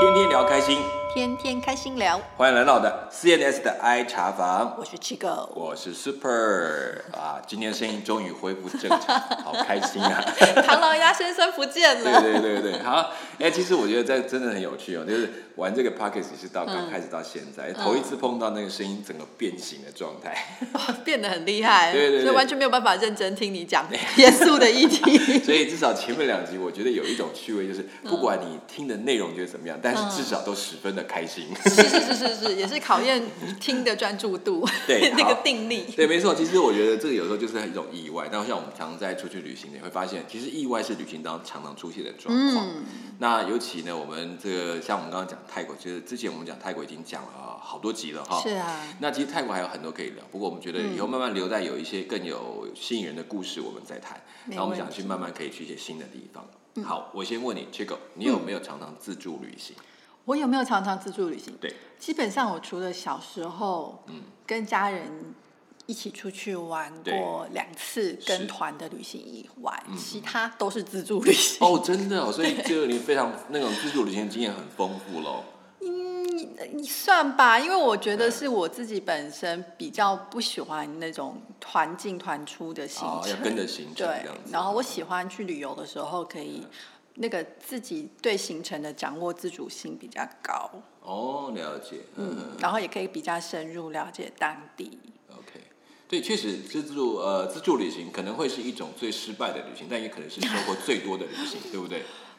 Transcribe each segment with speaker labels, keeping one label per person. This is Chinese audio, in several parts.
Speaker 1: 天天聊开心，
Speaker 2: 天天开心聊。
Speaker 1: 欢迎来到我的 CNS 的 I 茶房，
Speaker 2: 我是Chico，
Speaker 1: 我是 Super 啊，今天声音终于恢复正常，好开心啊！
Speaker 2: 唐老鸭先生不见了。
Speaker 1: 对，好，其实我觉得这真的很有趣哦，就是玩这个 Podcast 是到刚开始到现在，头一次碰到那个声音整个变形的状态，
Speaker 2: 变得很厉害，
Speaker 1: 对，
Speaker 2: 所以完全没有办法认真听你讲严肃的议题。
Speaker 1: 所以至少前面2集，我觉得有一种趣味，就是不管你听的内容觉得怎么样，但是至少都十分的开心。
Speaker 2: 是，也是考验听的专注度，
Speaker 1: 对
Speaker 2: 那个定力。
Speaker 1: 对，没错。其实我觉得这个有时候就是一种意外。那像我们常常在出去旅行，你会发现，其实意外是旅行当中常常出现的状况。那尤其呢，我们这个像我们刚刚讲泰国，其实之前我们讲泰国已经讲了好多集了哈。
Speaker 2: 是啊。那
Speaker 1: 其实泰国还有很多可以聊，不过我们觉得以后慢慢留在有一些更有吸引人的故事，我们再谈。然后我们想去慢慢可以去一些新的地方。好，我先问你 Chico， 你有没有常常自助旅行？
Speaker 2: 我有没有常常自助旅行？
Speaker 1: 对，
Speaker 2: 基本上我除了小时候，跟家人一起出去玩过2次跟团的旅行以外，其他都是自助旅行。
Speaker 1: 哦，真的哦，所以就你非常那种自助旅行经验很丰富咯。
Speaker 2: 你算吧，因为我觉得是我自己本身比较不喜欢那种团进团出的行程，
Speaker 1: 要跟着行程这样子。
Speaker 2: 对，然后我喜欢去旅游的时候可以。那个自己对行程的掌握自主性比较高
Speaker 1: 哦，了解，
Speaker 2: 然后也可以比较深入了解当地。
Speaker 1: OK， 对，确实自助旅行可能会是一种最失败的旅行，但也可能是收获最多的旅行，对不对？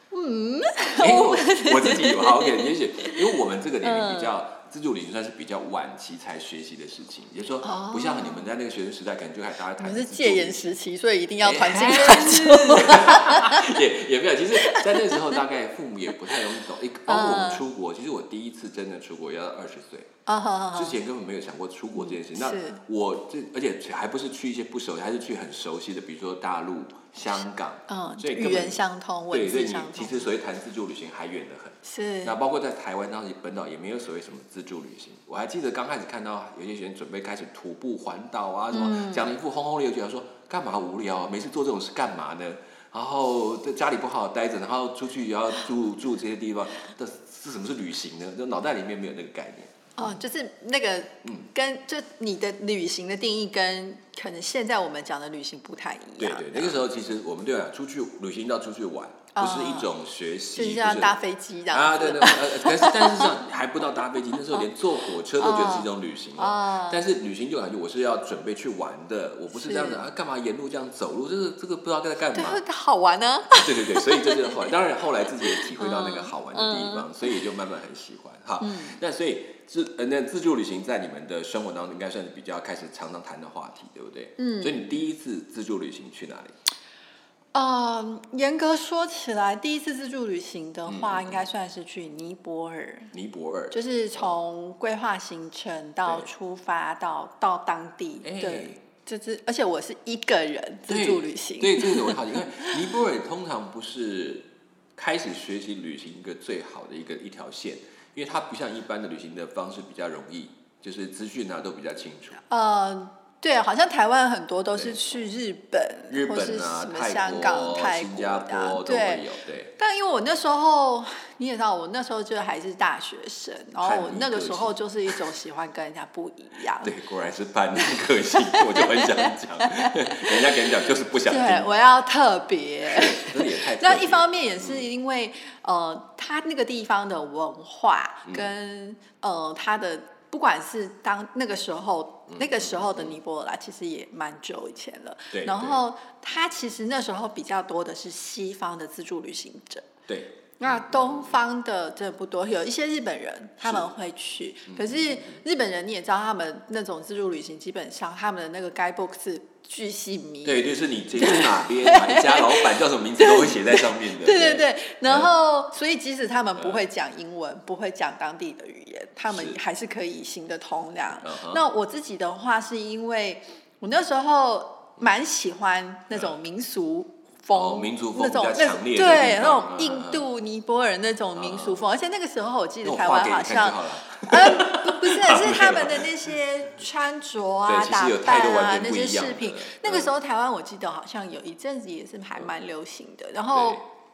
Speaker 1: 我自己有好 OK， 也许因为我们这个年龄比较。自助旅行算是比较晚期才学习的事情，也就是说，不像你们在那个学生时代，可能就开始大家谈。
Speaker 2: 你们是戒严时期，所以一定要团进团出。
Speaker 1: 也没有，其实，在那时候大概父母也不太容易懂。包括我们出国，其实我第一次真的出国要到20岁。之前根本没有想过出国这件事情。那而且还不是去一些不熟悉，还是去很熟悉的，比如说大陆、香港，
Speaker 2: 所以语言相通，文字相通。
Speaker 1: 其实所谓谈自助旅行还远得很。
Speaker 2: 是。
Speaker 1: 那包括在台湾当时本岛也没有所谓什么自助旅行。我还记得刚开始看到有些学生准备开始徒步环岛啊，什么讲了一副轰轰烈烈，说干嘛无聊啊？每次做这种事干嘛呢？然后在家里不好好待着，然后出去也要住这些地方，这什么是旅行呢？就脑袋里面没有那个概念。
Speaker 2: 就是那个就你的旅行的定义跟可能现在我们讲的旅行不太一样。
Speaker 1: 对，那个时候其实我们对啊，出去旅行到出去玩，不是一种学习，
Speaker 2: 就是像搭飞机这样子。
Speaker 1: 对，但是上还不到搭飞机，那时候连坐火车都觉得是一种旅行了。但是旅行就感觉我是要准备去玩的，我不是这样子干嘛沿路这样走路？这个不知道在干嘛。
Speaker 2: 对，好玩呢。
Speaker 1: 对，所以这就是后来，当然后来自己也体会到那个好玩的地方，所以就慢慢很喜欢。好，那所以。那自助旅行在你们的生活当中应该算是比较开始常常谈的话题，对不对？所以你第一次自助旅行去哪里？
Speaker 2: 严格说起来，第一次自助旅行的话，应该算是去尼泊尔。
Speaker 1: 尼泊尔
Speaker 2: 就是从规划行程到出发到当地，对，而且我是一个人自助旅行。
Speaker 1: 对，这个我好奇，因为尼泊尔通常不是开始学习旅行一个最好的一条线。因为它不像一般的旅行的方式比较容易，就是资讯都比较清楚。
Speaker 2: 对，好像台湾很多都是去日本
Speaker 1: 或
Speaker 2: 是什么香港、泰国、
Speaker 1: 新加坡都会有。对。
Speaker 2: 但因为我那时候你也知道，我那时候就还是大学生，然后我那个时候就是一种喜欢跟人家不一样。
Speaker 1: 对，果然是叛逆个性，我就很想讲，人家跟你讲就是不想听。
Speaker 2: 对，我要特别。
Speaker 1: 也太
Speaker 2: 那一方面也是因为他那个地方的文化跟他的。不管是那个时候的尼泊尔啦，其实也蛮久以前了。
Speaker 1: 对。
Speaker 2: 然后他其实那时候比较多的是西方的自助旅行者。
Speaker 1: 对。
Speaker 2: 那东方的真的不多，有一些日本人他们会去，可是日本人你也知道，他们那种自助旅行基本上他们的那个 guidebook 是巨细靡遗。
Speaker 1: 对，就是你这是哪边哪一家老板叫什么名字都会写在上面的。
Speaker 2: 对，然后所以即使他们不会讲英文，不会讲当地的语言，他们还是可以行得通这样。那我自己的话是因为我那时候蛮喜欢那种民俗风，
Speaker 1: 民族风比较强烈的，
Speaker 2: 对，那种印度、尼泊尔那种民俗风，而且那个时候我记得台湾好像，不是他们的那些穿着啊、打扮啊那些饰品，那个时候台湾我记得好像有一阵子也是还蛮流行的，然后。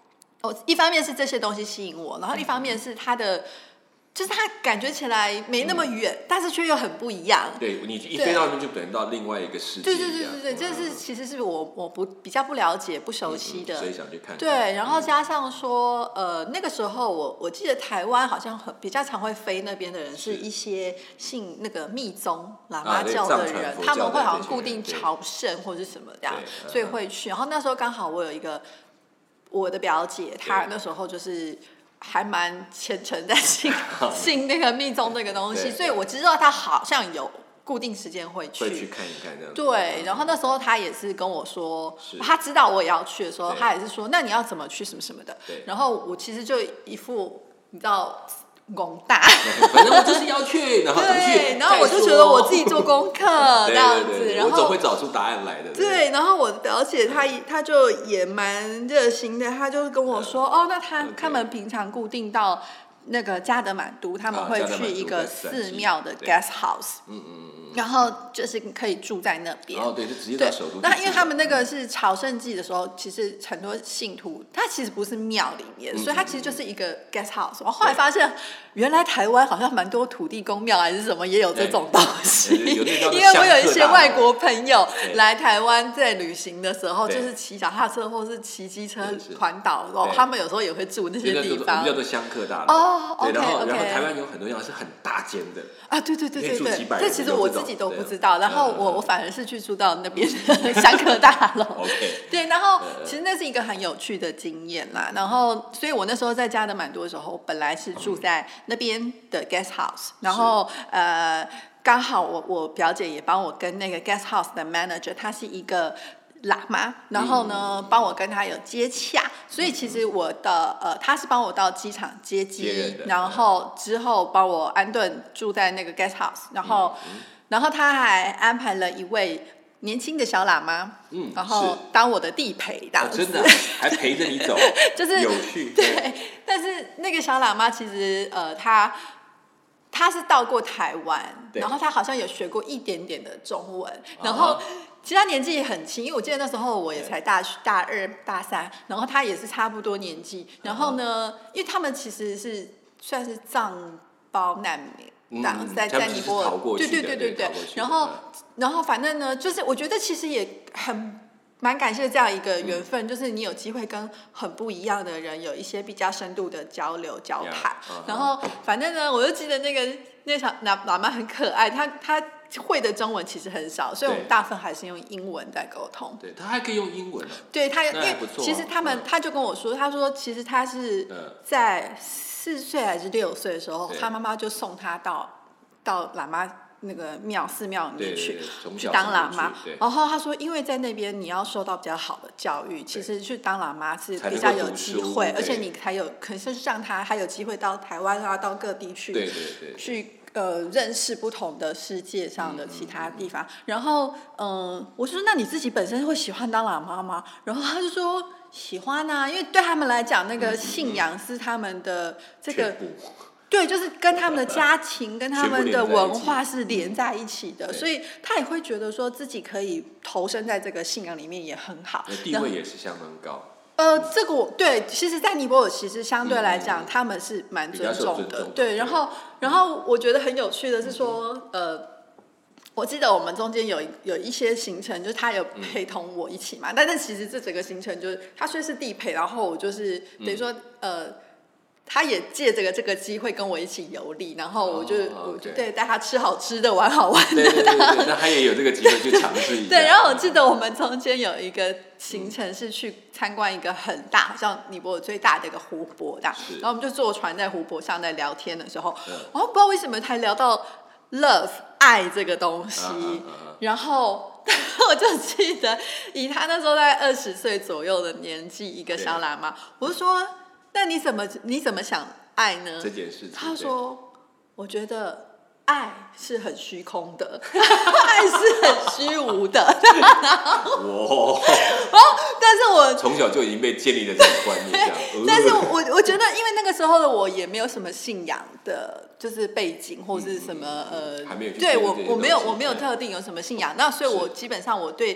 Speaker 2: 一方面是这些东西吸引我，然后一方面是他的。就是它感觉起来没那么远，但是却又很不一样。
Speaker 1: 对，你一飞到那边就等于到另外一个世界。
Speaker 2: 对，这是其实是我比较不了解、不熟悉的，
Speaker 1: 所以想去看看。
Speaker 2: 对，然后加上说，那个时候我记得台湾好像比较常会飞那边的人是一些信那个密宗喇嘛教的人，他们会好像固定朝圣或者什么这样，所以会去。然后那时候刚好我有一个我的表姐，她那时候就是。还蛮虔诚在信那个密宗这个东西，所以我知道他好像有固定时间会去
Speaker 1: 看一看这样。
Speaker 2: 对，然后那时候他也是跟我说，他知道我也要去的时候，他也是说，那你要怎么去什么什么的。然后我其实就一副你知道。拱大，
Speaker 1: 反正我就是要去，然后怎么去？
Speaker 2: 对，然后我就觉得我自己做功课这样子，然后
Speaker 1: 我总会找出答案来的。
Speaker 2: 对，然后我的表姐她就也蛮热心的，她就跟我说，那他们平常固定到那个加德满都，他们会去一个寺庙的 guest house，然后就是可以住在那边。
Speaker 1: 对，就直接到首都。
Speaker 2: 那因为他们那个是朝圣季的时候，其实很多信徒，他其实不是庙里面，所以他其实就是一个 guest house。我后来发现，原来台湾好像蛮多土地公庙还是什么也有这种东西。因为我有一些外国朋友来台湾在旅行的时候，就是骑脚踏车或是骑机车环岛，他们有时候也会住那些地方。
Speaker 1: 我们叫做香客大楼。然后台湾有很多地方是很大间的。
Speaker 2: 对，这其实我自己都不知道，然后我反而是去住到那边的香客大楼。对，然后其实那是一个很有趣的经验啦。然后，所以我那时候在加德满都的时候，本来是住在那边的 guest house， 然后刚好我表姐也帮我跟那个 guest house 的 manager， 他是一个喇嘛，然后呢，帮我跟他有接洽，所以其实我的他是帮我到机场接机，然后之后帮我安顿住在那个 guest house， 然后他还安排了一位年轻的小喇嘛，然后当我的地陪这样子，
Speaker 1: 真的还陪着你走，
Speaker 2: 就是
Speaker 1: 有趣。
Speaker 2: 对，但是那个小喇嘛其实他是到过台湾，然后他好像有学过一点点的中文，然后其实他年纪也很轻，因为我记得那时候我也才大二大三，然后他也是差不多年纪，然后呢，因为他们其实是算是藏胞难民，在尼泊尔，对，然后反正呢，就是我觉得其实也蛮感谢这样一个缘分，就是你有机会跟很不一样的人有一些比较深度的交流交谈。然后反正呢，我就记得那小喇嘛很可爱，他会的中文其实很少，所以我们大部分还是用英文在沟通。
Speaker 1: 对，他还可以用英文。
Speaker 2: 对，因为其实他就跟我说，他说其实他是在4岁还是6岁的时候，他妈妈就送他到喇嘛那个寺庙里面去当喇嘛，然后他说，因为在那边你要受到比较好的教育，其实去当喇嘛是比较有机会，而且你才有可能是让他还有机会到台湾啊，到各地去去认识不同的世界上的其他地方。然后我说那你自己本身会喜欢当喇嘛吗？然后他就说喜欢啊，因为对他们来讲，那个信仰是他们的这个。对，就是跟他们的家庭、跟他们的文化是连在一起的，所以他也会觉得说自己可以投身在这个信仰里面也很好，
Speaker 1: 地位也是相当高。
Speaker 2: 这个对，其实，在尼泊尔其实相对来讲，他们是蛮尊重的。对，然后我觉得很有趣的是说，我记得我们中间有一些行程，就是他有陪同我一起嘛，但是其实这整个行程就是他虽是地陪，然后我就是等于说他也借这个机会跟我一起游历，然后我就对带他吃好吃的，玩好玩的。
Speaker 1: 对，那他也有这个机会去尝试一下。
Speaker 2: 对，然后我记得我们中间有一个行程是去参观一个很大，好像尼泊尔最大的一个湖泊这样，然后我们就坐船在湖泊上在聊天的时候，然后不知道为什么才聊到 love 爱这个东西，然后我就记得以他那时候在20岁左右的年纪，一个小喇嘛，我就说。那你怎么想爱呢？
Speaker 1: 这件事情，
Speaker 2: 他说：“我觉得爱是很虚空的，爱是很虚无的。”但是我
Speaker 1: 从小就已经被建立了这种观念，这样。
Speaker 2: 但是我觉得，因为那个时候的我也没有什么信仰的，就是背景或是什么
Speaker 1: 还没有
Speaker 2: 对我没有特定有什么信仰，那所以我基本上我对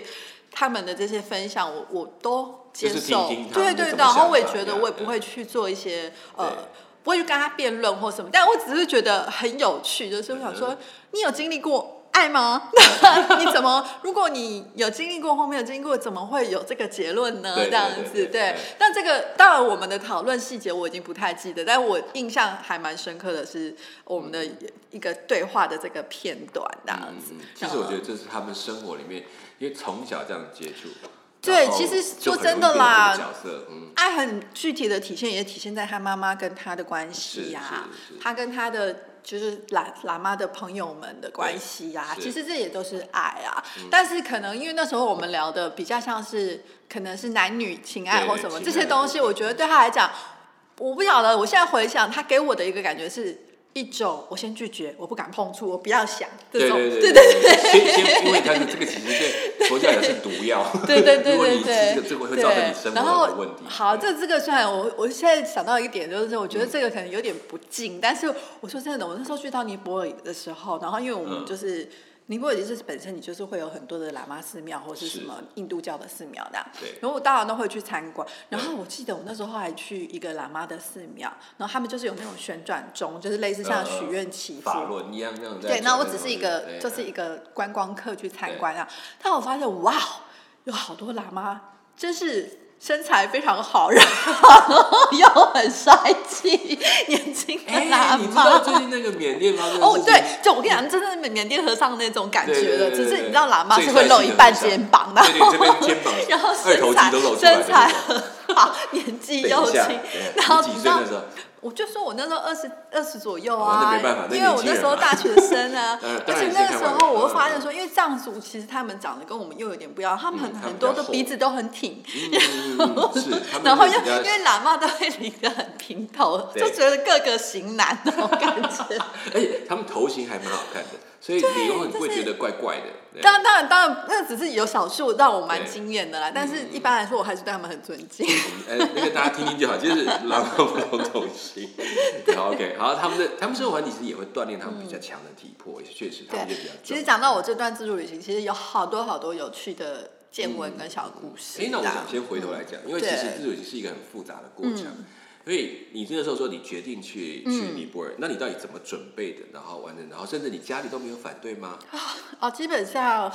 Speaker 2: 他们的这些分享，我都接受，
Speaker 1: 就是听听他
Speaker 2: 对对，
Speaker 1: 们的怎么
Speaker 2: 然后我也
Speaker 1: 想法
Speaker 2: 觉得我也不会去做一些不会去跟他辩论或什么，但我只是觉得很有趣，就是我想说，你有经历过爱吗？你怎么？如果你有经历过或没有经历过，怎么会有这个结论呢？这样子，对。但这个当然，我们的讨论细节我已经不太记得，但我印象还蛮深刻的是我们的一个对话的这个片段，这样子。
Speaker 1: 其实我觉得这是他们生活里面，因为从小这样接触。
Speaker 2: 对，其实说真的啦，
Speaker 1: 角色
Speaker 2: 爱很具体的体现，也体现在他妈妈跟他的关系呀，他跟他的就是喇嘛的朋友们的关系呀，其实这也都是爱啊。但是可能因为那时候我们聊的比较像是可能是男女情爱或什么这些东西，我觉得对他来讲，我不晓得，我现在回想，他给我的一个感觉是。一种我先拒绝，我不敢碰触，我不要想这种，
Speaker 1: 对，先因为它这个其实对佛教也是毒药，
Speaker 2: 对，
Speaker 1: 如果你吃这个会造成你生活的问题。
Speaker 2: 好，这个虽然我现在想到一个点，就是我觉得这个可能有点不敬，但是我说真的，我那时候去到尼泊尔的时候，然后因为我们就是。尼泊尔其实本身你就是会有很多的喇嘛寺庙或是什么印度教的寺庙这样，然后我当然都会去参观。然后我记得我那时候还去一个喇嘛的寺庙，然后他们就是有那种旋转钟，就是类似像许愿祈福
Speaker 1: 法轮一样那样。
Speaker 2: 对，那我只是一个就是一个观光客去参观啊，但我发现哇，有好多喇嘛真是。身材非常好，然后又很帅气，年轻的喇嘛。
Speaker 1: 你知道最近那个缅甸发生的事情？
Speaker 2: 对，就我跟你讲，真的是缅甸和尚那种感觉的，只是你知道喇嘛是会露一半肩膀的，
Speaker 1: 对，这边肩膀，
Speaker 2: 然后身材很好，年纪又轻，然后你知道。我就说我那时候20左右啊，因为我那时候大学生啊，而且那个时候我会发现说，因为藏族其实他们长得跟我们又有点不一样，他们很多的鼻子都很挺，然后因为喇嘛都会理得很平头，就觉得各个型男那种感觉，
Speaker 1: 而且他们头型还蛮好看的。所以你永远不会觉得怪怪的。
Speaker 2: 当然，那只是有少数让我蛮惊艳的啦。但是一般来说，我还是对他们很尊敬。
Speaker 1: 那个大家听听就好，就是喇嘛不同种姓。好 ，OK， 好，他们生活环境其实也会锻炼他们比较强的体魄，也确实他们就比较。
Speaker 2: 其实讲到我这段自助旅行，其实有好多有趣的见闻跟小故事。
Speaker 1: 那我想先回头来讲，因为其实自助旅行是一个很复杂的过程。所以你那个时候说你决定去尼泊尔，那你到底怎么准备的？然后完了，然后甚至你家里都没有反对吗？
Speaker 2: 基本上，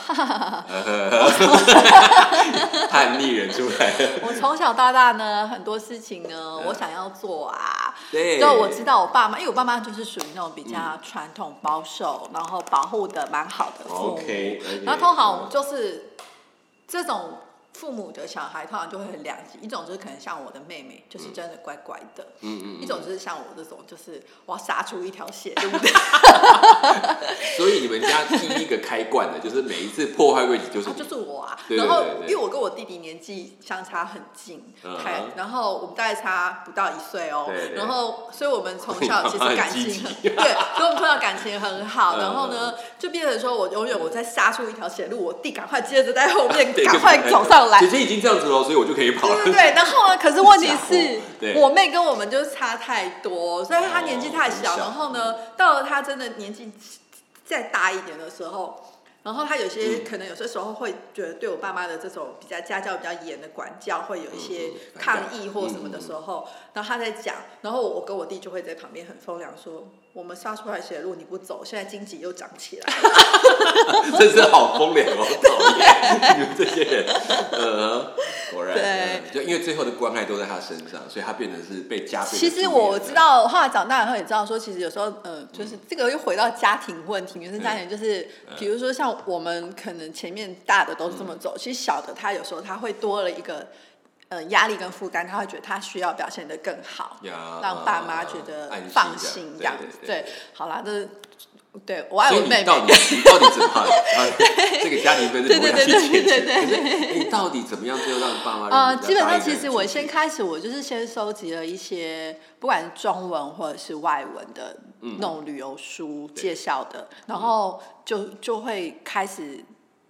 Speaker 1: 叛逆人出来了。
Speaker 2: 我从小到大呢，很多事情呢，我想要做啊。
Speaker 1: 对。
Speaker 2: 就我知道我爸妈，因为我爸妈就是属于那种比较传统保守，然后保护的蛮好的父母。然后通常就是这种。父母的小孩通常就会很两极，一种就是可能像我的妹妹，就是真的乖乖的，一种就是像我这种，就是我要杀出一条血路的。
Speaker 1: 所以你们家第一个开罐的，就是每一次破坏位置就是
Speaker 2: 就是我啊。
Speaker 1: 对
Speaker 2: 然后因为我跟我弟弟年纪相差很近，然后我们大概差不到1岁哦。然后所以我们从小其实感情很对，所以我们从小感情很好。然后呢，就变成说我永远我在杀出一条血路，我弟赶快接着在后面赶快走上。
Speaker 1: 姐姐已经这样子了，所以我就可以跑了。
Speaker 2: 对，然后呢？可是问题是，我妹跟我们就差太多，所以她年纪太小。然后呢，到了她真的年纪再大一点的时候，然后她有些可能有些时候会觉得对我爸妈的这种比较家教比较严的管教会有一些抗议或什么的时候，然后她在讲，然后我跟我弟就会在旁边很风凉说。我们杀出来血路你不走，现在经济又涨起来了。
Speaker 1: 真是好风凉哦，讨厌你们这些人。果然，对，就因为最后的关爱都在他身上，所以他变成是被加倍。
Speaker 2: 其实我知道，后来长大以后也知道说，其实有时候，就是这个又回到家庭问题，原生家庭就是，比如说像我们可能前面大的都是这么走，其实小的他有时候他会多了一个。压力跟负担，他会觉得他需要表现得更好，让爸妈觉得放心这样子。对，好啦，这对我爱我妹妹。
Speaker 1: 所以你到底怎么这个家庭分是不要去解决？可是你到底怎么样最后让爸妈？
Speaker 2: 基本上其实我先开始，我就是先收集了一些不管是中文或者是外文的那种旅游书介绍的，然后就会开始。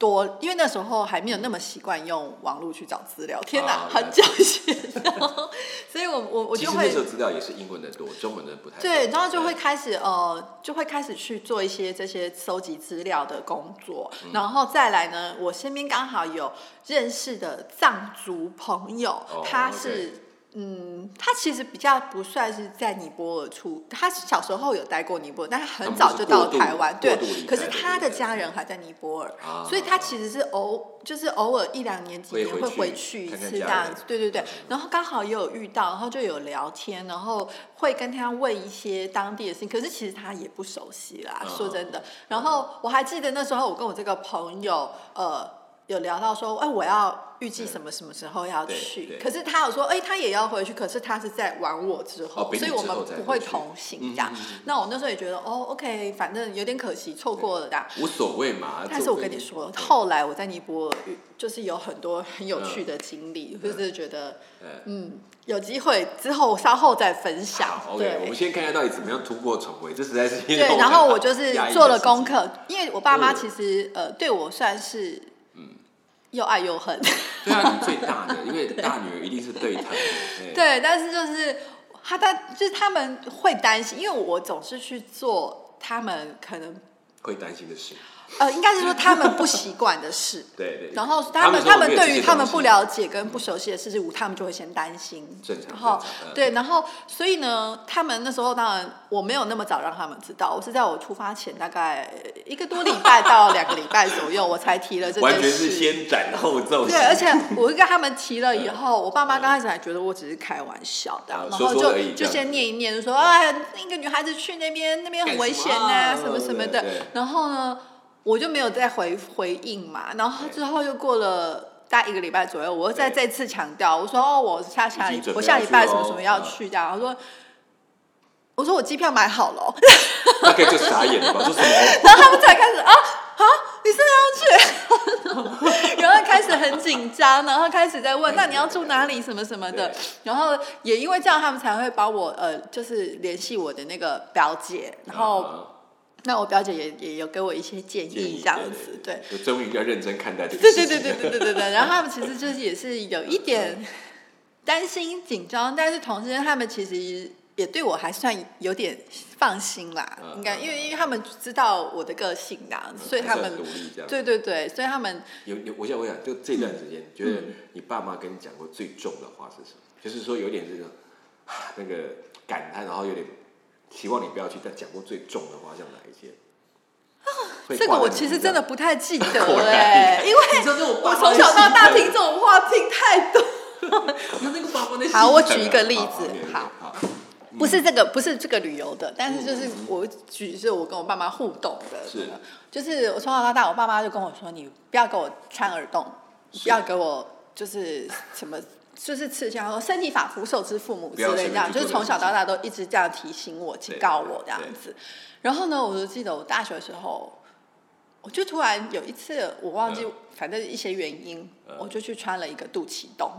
Speaker 2: 多，因为那时候还没有那么习惯用网络去找资料。天哪，很久以前，所以我就会。
Speaker 1: 其实那时候资料也是英文的多，中文的不太多。
Speaker 2: 对，然后就会开始去做一些这些收集资料的工作，然后再来呢，我身边刚好有认识的藏族朋友，他是。他其实比较不算是在尼泊尔出，他小时候有待过尼泊尔，但他很早就到台湾，对。可是他的家人还在尼泊尔，所以他其实是就是偶尔1、2年、几年会回去一次这样子，对。然后刚好也有遇到，然后就有聊天，然后会跟他问一些当地的事情，可是其实他也不熟悉啦，说真的。然后我还记得那时候我跟我这个朋友，有聊到说，我要预计什么时候要去，可是他有说，他也要回去，可是他是在玩我之后，所以我们不会同行这样。那我那时候也觉得，OK， 反正有点可惜，错过了的，
Speaker 1: 无所谓嘛。
Speaker 2: 但是我跟你说，后来我在尼泊尔就是有很多很有趣的经历，就是觉得，有机会之后稍后再分享。
Speaker 1: OK， 我们先看看到底怎么样突破重围，这实在是
Speaker 2: 对。然后我就是做了功课，因为我爸妈其实对我算是。又爱又恨。
Speaker 1: 对啊，你最大的，因为大女儿一定是对疼的。
Speaker 2: 对，但是就是他们会担心，因为我总是去做他们可能
Speaker 1: 会担心的事。
Speaker 2: 应该是说他们不习惯的事。
Speaker 1: 对。
Speaker 2: 然后他们对于他们不了解跟不熟悉的事物，他们就会先担心。
Speaker 1: 正常。
Speaker 2: 然后对，然后所以呢，他们那时候当然我没有那么早让他们知道，我是在我出发前大概1个多礼拜到2个礼拜左右，我才提了这件事。
Speaker 1: 完全是先斩后奏。
Speaker 2: 对，而且我跟他们提了以后，我爸妈刚开始还觉得我只是开玩笑的，然后就先念一念，说那个女孩子去那边很危险啊，什么什么的。然后呢？我就没有再回应嘛，然后之后又过了大概1个礼拜左右，我又再次强调，我说我下礼拜什么要去这样，我说我机票买好了，
Speaker 1: 大概就傻眼了吧，说什么？
Speaker 2: 然后他们才开始你是要去，然后开始很紧张，然后开始在问那你要住哪里什么什么的，然后也因为这样他们才会帮我就是联系我的那个表姐，然后。那我表姐也有给我一些建议，这样子，对，
Speaker 1: 就终于要认真看待这个事情。
Speaker 2: 对。然后他们其实就是也是有一点担心、紧张，但是同时间他们其实也对我还算有点放心啦，应该因为他们知道我的个性啦，所以他们
Speaker 1: 独立这样。
Speaker 2: 对，所以他们
Speaker 1: 我想，就这段时间，觉得你爸妈跟你讲过最重的话是什么？就是说有点这个那个感叹，然后有点。希望你不要去，但讲过最重的话像哪一些？
Speaker 2: 这个我其实真的不太记得因为我从小到大听这种话听太多。好，我举一个例子，好，不是这个旅游的，但是就是我举是我跟我爸妈互动的，就是我从小到大，我爸妈就跟我说，你不要给我穿耳洞，不要给我就是什么。就是刺青，说身体发肤受之父母之类这样，就是从小到大都一直这样提醒我、警告我这样子。然后呢，我就记得我大学的时候，我就突然有一次我忘记，反正一些原因，我就去穿了一个肚脐洞。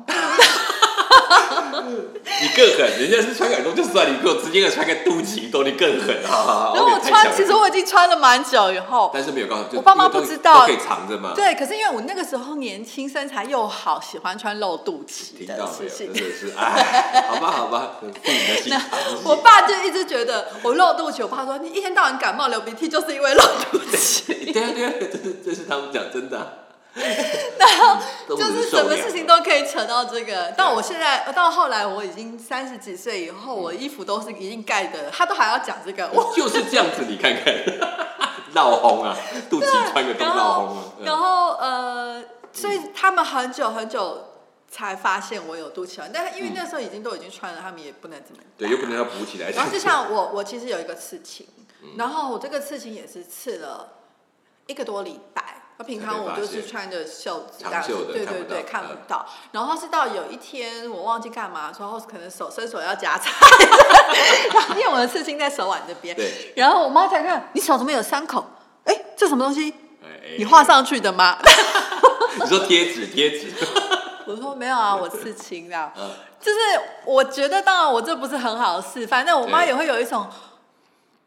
Speaker 1: 你更狠，人家是穿耳洞就算，你给我直接穿个肚脐洞，你更狠啊！
Speaker 2: 然后其实我已经穿了蛮久以后，
Speaker 1: 但是没有告诉
Speaker 2: 我爸妈不知道，
Speaker 1: 都可以藏着吗？
Speaker 2: 对，可是因为我那个时候年轻，身材又好，喜欢穿露肚脐的事情，
Speaker 1: 真的是好吧，父母的心肠。
Speaker 2: 我爸就一直觉得我露肚脐，我爸说你一天到晚感冒流鼻涕，就是因为露肚脐。
Speaker 1: 对，这是他们讲真的。
Speaker 2: 然后就是什么事情都可以扯到这个，到后来我已经30几岁以后，我衣服都是已经盖的，他都还要讲这个，
Speaker 1: 就是这样子，你看看，闹红啊，肚脐穿个洞闹红啊。
Speaker 2: 然后所以他们很久很久才发现我有肚脐环，但是因为那时候都已经穿了，他们也不能怎么
Speaker 1: 对，又不能要补起来。
Speaker 2: 然后就像我其实有一个刺青，然后我这个刺青也是刺了1个多礼拜。平常我就是穿着袖子，
Speaker 1: 长袖的，
Speaker 2: 对，看不到。然后是到有一天我忘记干嘛的时候，可能伸手要夹菜，因为我的刺青在手腕这边。
Speaker 1: 对。
Speaker 2: 然后我妈才看，你手怎么有伤口？这什么东西？你画上去的吗？
Speaker 1: 你说贴纸？
Speaker 2: 我说没有啊，我刺青的。就是我觉得，当然我这不是很好的事，反正我妈也会有一种。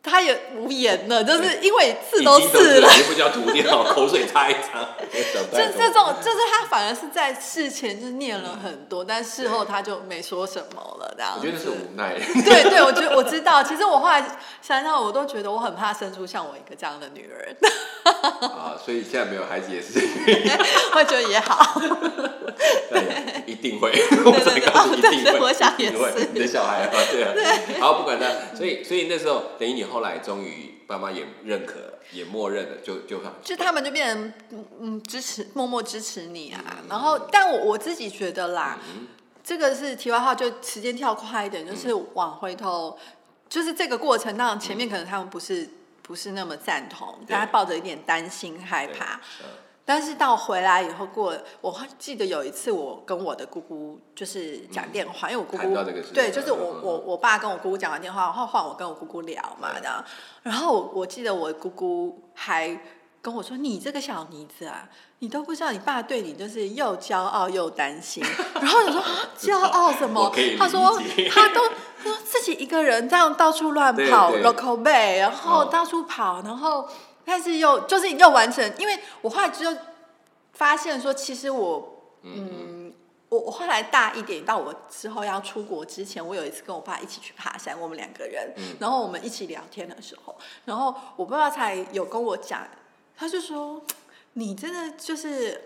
Speaker 2: 他也无言了，就是因为刺都刺了，
Speaker 1: 也不叫涂掉，口水擦一擦。
Speaker 2: 这种就是他反而是在事前就念了很多，但事后他就没说什么了，这样。
Speaker 1: 我觉得是无奈。
Speaker 2: 对，我知道。其实我后来想想，我都觉得我很怕生出像我一个这样的女儿。
Speaker 1: 所以现在没有孩子也是，
Speaker 2: 我觉得也好。
Speaker 1: 对，一定会。我才告诉你，一定会。
Speaker 2: 我想也是。
Speaker 1: 你的小孩啊，对啊。对。好，不管他，所以那时候等于你后来终于爸妈也认可了，也默认了，就
Speaker 2: 他们就变成支持，默默支持你啊。然后，但我自己觉得啦，这个是题外话，就时间跳快一点，就是往回头，就是这个过程当中，前面可能他们不是那么赞同，大家抱着一点担心害怕。但是到回来以后我记得有一次我跟我的姑姑就是讲电话，因为我姑姑对，就是我爸跟我姑姑讲完电话，然后换我跟我姑姑聊嘛，这样。然后我记得我姑姑还跟我说：“你这个小妮子啊，你都不知道你爸对你就是又骄傲又担心。”然后我说：“啊，骄傲什么？”他说：“他说自己一个人这样到处乱跑 ，local bay， 然后到处跑，然后。”但是又完成，因为我后来就发现说，其实我后来大一点，到我之后要出国之前，我有一次跟我爸一起去爬山，我们2个人，然后我们一起聊天的时候，然后我爸才有跟我讲，他就说你真的就是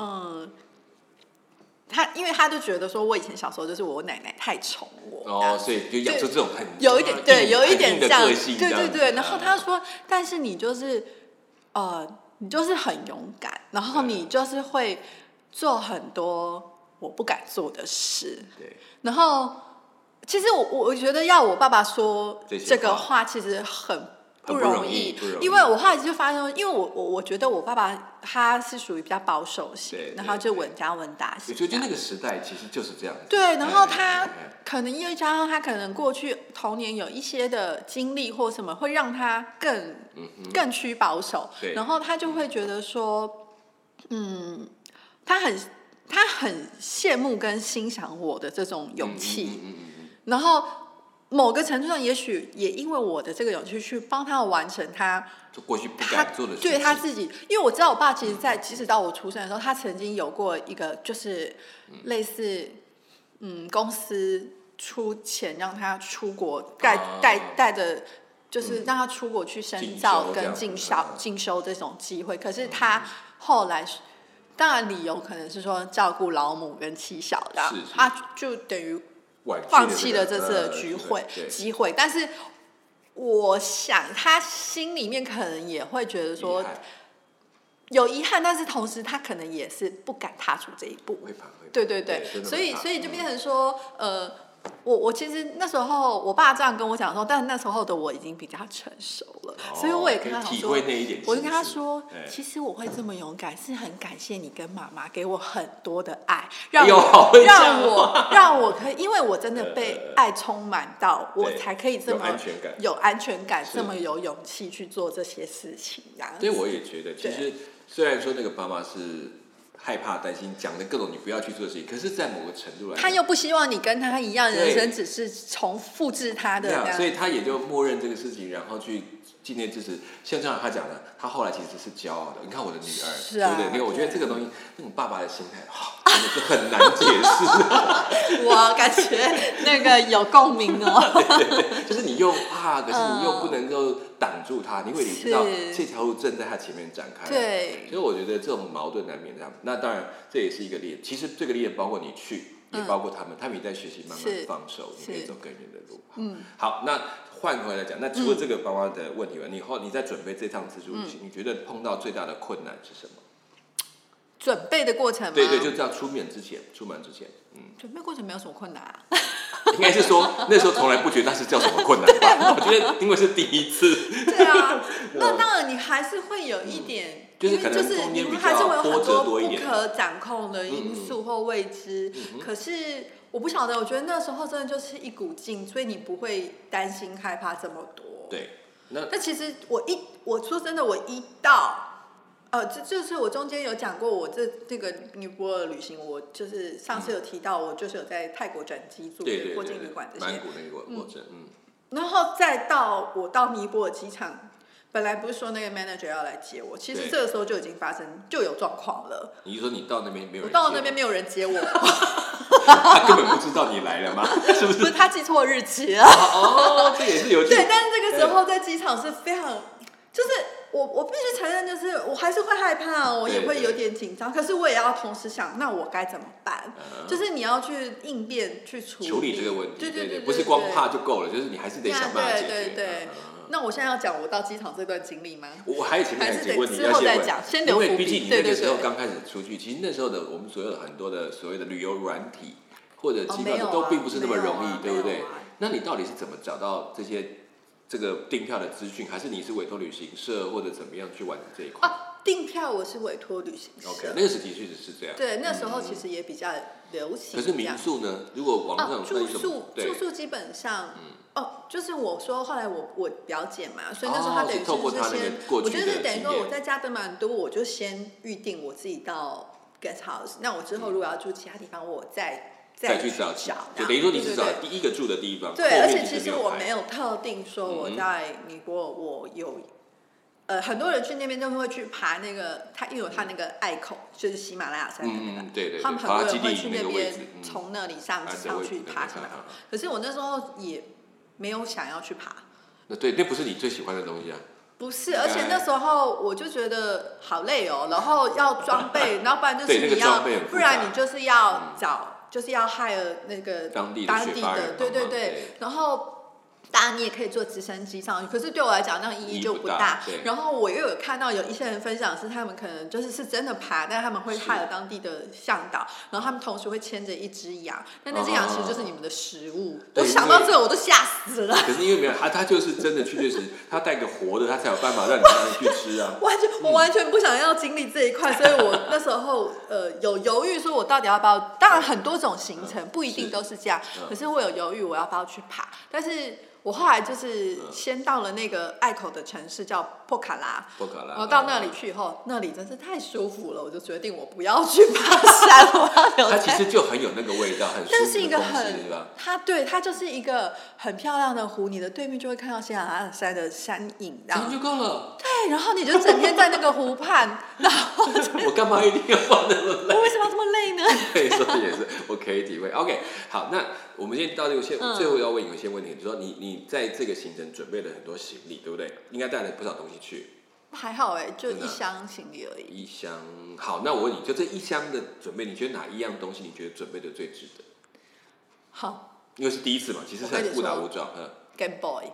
Speaker 2: 因为他就觉得说我以前小时候就是我奶奶太宠我，
Speaker 1: 所以就养出这种
Speaker 2: 有一点这样，
Speaker 1: 对，
Speaker 2: 然后他说，但是你就是你就是很勇敢，然后你就是会做很多我不敢做的事，
Speaker 1: 对，
Speaker 2: 然后其实我觉得要我爸爸说这个话其实很不容易，因为我后来就发现，因为我觉得我爸爸他是属于比较保守型，然后就稳扎稳打型。
Speaker 1: 我觉得那个时代其实就是这样子。
Speaker 2: 对，然后他可能因为加上他可能过去童年有一些的经历或什么，会让他更趋保守，然后他就会觉得说，他很羡慕跟欣赏我的这种勇气，然后。某个程度上，也许也因为我的这个勇气，去帮他完成他
Speaker 1: 过去不敢做的事情。
Speaker 2: 对他自己，因为我知道我爸其实即使到我出生的时候，他曾经有过一个就是类似公司出钱让他出国带着，就是让他出国去深造跟进修这种机会。可是他后来，当然理由可能是说照顾老母跟妻小的，他就等于。放弃了这次的机会，但是我想他心里面可能也会觉得说有遗憾，但是同时他可能也是不敢踏出这一步。对，所以就变成说，我其实那时候我爸这样跟我讲说，但那时候的我已经比较成熟了，所以我也跟他说，我就跟他说，其实我会这么勇敢，是很感谢你跟妈妈给我很多的爱，让我可以，因为我真的被爱充满到，我才可以这么有安全感，这么有勇气去做这些事情。
Speaker 1: 所以我也觉得，其实虽然说那个爸妈是。害怕、担心，讲的各种你不要去做的事情，可是，在某个程度来说，
Speaker 2: 他又不希望你跟他一样，人生只是复制他的，
Speaker 1: 所以他也就默认这个事情，然后去纪念支持。像这样他讲的，他后来其实是骄傲的。你看我的女儿，对不对？因为我觉得这个东西，那种爸爸的心态，真的是很难解释。
Speaker 2: 我感觉那个有共鸣哦。
Speaker 1: 对，就是你又怕，可是你又不能够挡住他，因为你知道这条路正在他前面展开。
Speaker 2: 对，
Speaker 1: 所以我觉得这种矛盾难免这样。那当然，这也是一个练。其实这个练包括你去，也包括他们也在学习慢慢放手，你可以走更远的路。好，那换回来讲，那除了这个爸妈的问题外，你在准备这趟自助旅行，你觉得碰到最大的困难是什么？
Speaker 2: 准备的过程吗？
Speaker 1: 对，就这样出门之前，
Speaker 2: 准备过程没有什么困难啊。
Speaker 1: 应该是说那时候从来不觉得那是叫什么困难吧？我觉得因为是第一次。
Speaker 2: 对啊，那当然你还是会有一点，
Speaker 1: 就是可能中间比较波折多一点，
Speaker 2: 不可掌控的因素或未知。可是我不晓得，我觉得那时候真的就是一股劲，所以你不会担心害怕这么多。
Speaker 1: 对，
Speaker 2: 那其实我说真的，我一到。就是我中间有讲过，我这个尼泊尔旅行，我就是上次有提到，我就是有在泰国转机住过境旅馆这些。
Speaker 1: 曼谷那个过程，
Speaker 2: 然后再到我到尼泊尔机场，本来不是说那个 manager 要来接我，其实这个时候就已经发生就有状况了。
Speaker 1: 你说你到那边没有人接？
Speaker 2: 我到那边没有人接我，
Speaker 1: 他根本不知道你来了吗？是不是？
Speaker 2: 不是他记错日期了。
Speaker 1: 哦，这也是有
Speaker 2: 对，但是这个时候在机场是非常，就是我必须承认，就是我还是会害怕，我也会有点紧张，可是我也要同时想，那我该怎么办？就是你要去应变去处理
Speaker 1: 这个问题，
Speaker 2: 对，
Speaker 1: 不是光怕就够了，就是你还是得想办法解决。
Speaker 2: 对。那我现在要讲我到机场这段经历吗？
Speaker 1: 我还有前面几个问题
Speaker 2: 之后再讲，先留伏笔。
Speaker 1: 因为毕竟你那个时候刚开始出去，其实那时候的我们所有的很多的所谓的旅游软体或者机票都并不是那么容易，对不对？那你到底是怎么找到这个订票的资讯，还是你是委托旅行社或者怎么样去完成这一块？
Speaker 2: 订票我是委托旅行社。
Speaker 1: OK， 那个时期确实是这样。
Speaker 2: 对，那时候其实也比较流行。
Speaker 1: 可是民宿呢？如果网上
Speaker 2: 住宿基本上，就是我说后来我表姐嘛，所以那时候她等于是先，我就是等于说我在加德满都，我就先预定我自己到 guest house， 那我之后如果要住其他地方，我再去找，
Speaker 1: 就等于说你是找第一个住的地方。
Speaker 2: 对，而且其实我没有特定说我在尼泊尔我有。很多人去那边都会去爬那个，因为有他那个隘口，就是喜马拉雅山的那个，
Speaker 1: 对，
Speaker 2: 他们很多人会去那边从那里上去爬什么。可是我那时候也没有想要去爬。
Speaker 1: 对，那不是你最喜欢的东西啊。
Speaker 2: 不是，而且那时候我就觉得好累哦，然后要装备，然后不然就是你要，不然你就是要找，就是要 hire 那个当地的，对，然后。当然，你也可以坐直升机上去，可是对我来讲，那个意义就不大。然后我又有看到有一些人分享是他们可能是真的爬，但他们会害了当地的向导，然后他们同时会牵着一只羊，那只羊其实就是你们的食物。我想到这个我都吓死了。
Speaker 1: 可是因为没有他就是真的确实，他带个活的，他才有办法让你去吃啊。
Speaker 2: 我完全不想要经历这一块，所以我那时候有犹豫，说我到底要不要？当然很多种行程不一定都是这样，可是我有犹豫我要不要去爬，但是。我后来就是先到了那个隘口的城市叫波卡拉，然后到那里去以后，那里真是太舒服了，我就决定我不要去爬山，我要留在。
Speaker 1: 它其实就很有那个味道，很舒服的空气，
Speaker 2: 是一个它就是一个很漂亮的湖，你的对面就会看到喜马拉雅山的山影，
Speaker 1: 这样就够了。
Speaker 2: 对，然后你就整天在那个湖畔，然后
Speaker 1: 我干嘛一定要放那么累？
Speaker 2: 我为什么要这么累呢？
Speaker 1: 对，说也是，我可以体会。OK， 好，那我们先到这个最后要问有些问题，就是说你在这个行程准备了很多行李，对不对？应该带了不少东西去。
Speaker 2: 还好就一箱行李而已。
Speaker 1: 一箱。好，那我问你，就这一箱的准备，你觉得哪一样东西你觉得准备的最值得？
Speaker 2: 好，
Speaker 1: 因为是第一次嘛，其实是误打误撞。
Speaker 2: Game Boy。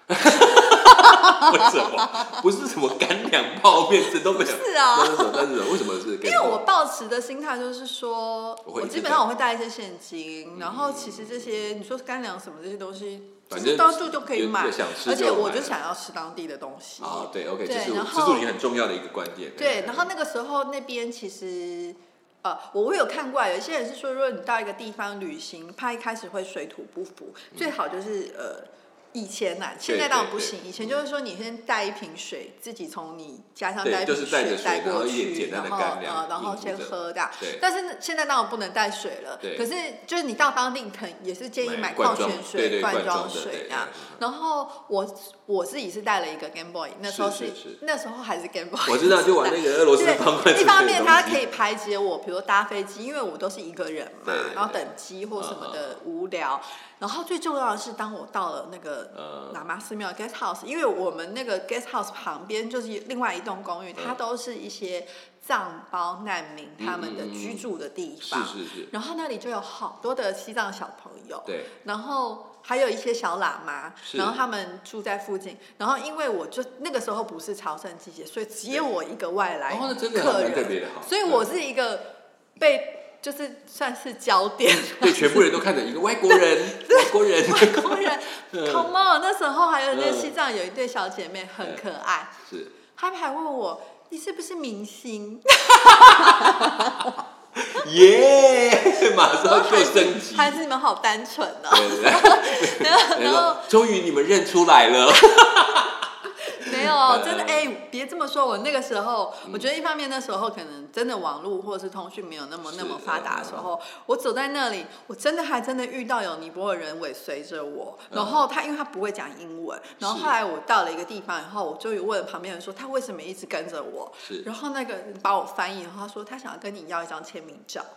Speaker 1: 为什么？不是什么干粮泡面，这都没有。
Speaker 2: 是啊。
Speaker 1: 但是为什么是？
Speaker 2: 因为我抱持的心态就是说，我基本上我会带一些现金，然后其实这些你说干粮什么这些东西，
Speaker 1: 反正
Speaker 2: 到处就可以买，而且我就想要吃当地的东西。
Speaker 1: 对 ，OK， 这是自助旅很重要的一个观点。
Speaker 2: 对，然后那个时候那边其实。我有看过有一些人是说，如果你到一个地方旅行，怕一开始会水土不服，最好就是以前现在当然不行。以前就是说，你先带一瓶水，自己从你家乡带一瓶水带过去，然后先喝的。但是现在当然不能带水了。可是就是你到当地，可能也是建议买矿泉水、罐装水啊。然后我自己是带了一个 Game Boy， 那时候还是 Game Boy。
Speaker 1: 我知道，就玩那个俄罗斯方块。
Speaker 2: 一方面它可以排解我，比如搭飞机，因为我都是一个人嘛，然后等机或什么的无聊。然后最重要的是，当我到了那个喇嘛寺庙 guest house， 因为我们那个 guest house 旁边就是另外一栋公寓，它都是一些藏胞难民他们的居住的地方。
Speaker 1: 是。
Speaker 2: 然后那里就有好多的西藏小朋友，
Speaker 1: 对。
Speaker 2: 然后还有一些小喇嘛，然后他们住在附近。然后因为我就那个时候不是朝圣季节，所以只有我一个外来客人，所以我是一个被。就是算是焦点，
Speaker 1: 对，全部人都看着一个外国人，外国人
Speaker 2: ，Come on！ 那时候还有那西藏有一对小姐妹很可爱，
Speaker 1: 是，
Speaker 2: 他们还问我你是不是明星？
Speaker 1: 耶！马上就升级，
Speaker 2: 还是你们好单纯哦。
Speaker 1: 然后终于你们认出来了。
Speaker 2: 没有，真的别这么说。我那个时候，我觉得一方面那时候可能真的网络或者是通讯没有那么发达的时候，我走在那里，我真的遇到有尼泊尔人尾随着我，然后因为他不会讲英文，然后后来我到了一个地方以后，我就问旁边人说他为什么一直跟着我，然后那个人把我翻译，然后他说他想要跟你要一张签名照。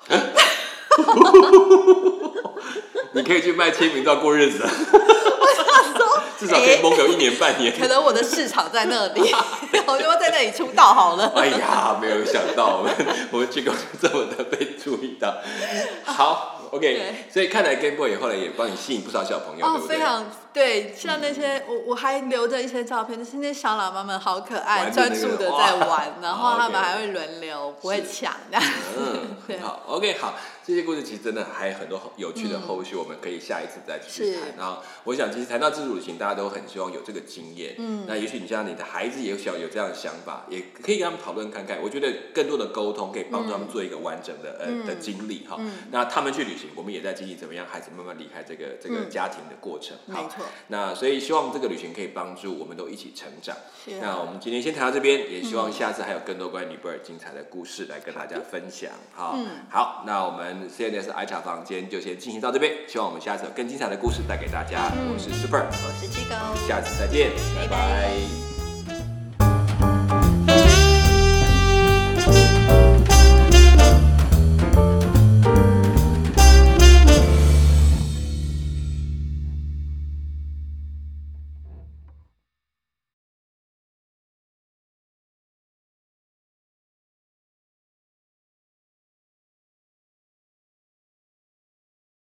Speaker 1: 你可以去卖签名照过日子。至少可以蒙有1年半年。
Speaker 2: 可能我的市场在那里，我就在那里出道好了。
Speaker 1: 哎呀，没有想到我们剧工这么的被注意到。好 ，OK， 所以看来 Game Boy 后来也帮你吸引不少小朋友，对不对？
Speaker 2: 非常对，像那些我还留着一些照片，就是那些小喇嘛们好可爱，专注的在玩，然后他们还会轮流，不会抢这样。
Speaker 1: 好 ，OK， 好。这些故事其实真的还有很多有趣的后续，我们可以下一次再继续谈。然后，我想其实谈到自主旅行，大家都很希望有这个经验。那也许你像你的孩子也想有这样的想法，也可以跟他们讨论看看。我觉得更多的沟通可以帮助他们做一个完整的经历哈。那他们去旅行，我们也在经历怎么样孩子慢慢离开这个家庭的过程。
Speaker 2: 没错。
Speaker 1: 那所以希望这个旅行可以帮助我们都一起成长。那我们今天先谈到这边，也希望下次还有更多关于尼泊尔精彩的故事来跟大家分享。好，那我们CNS爱茶房间就先进行到这边，希望我们下次有更精彩的故事带给大家。我是 Super，
Speaker 2: 我是Chico，
Speaker 1: 下次再见，拜拜。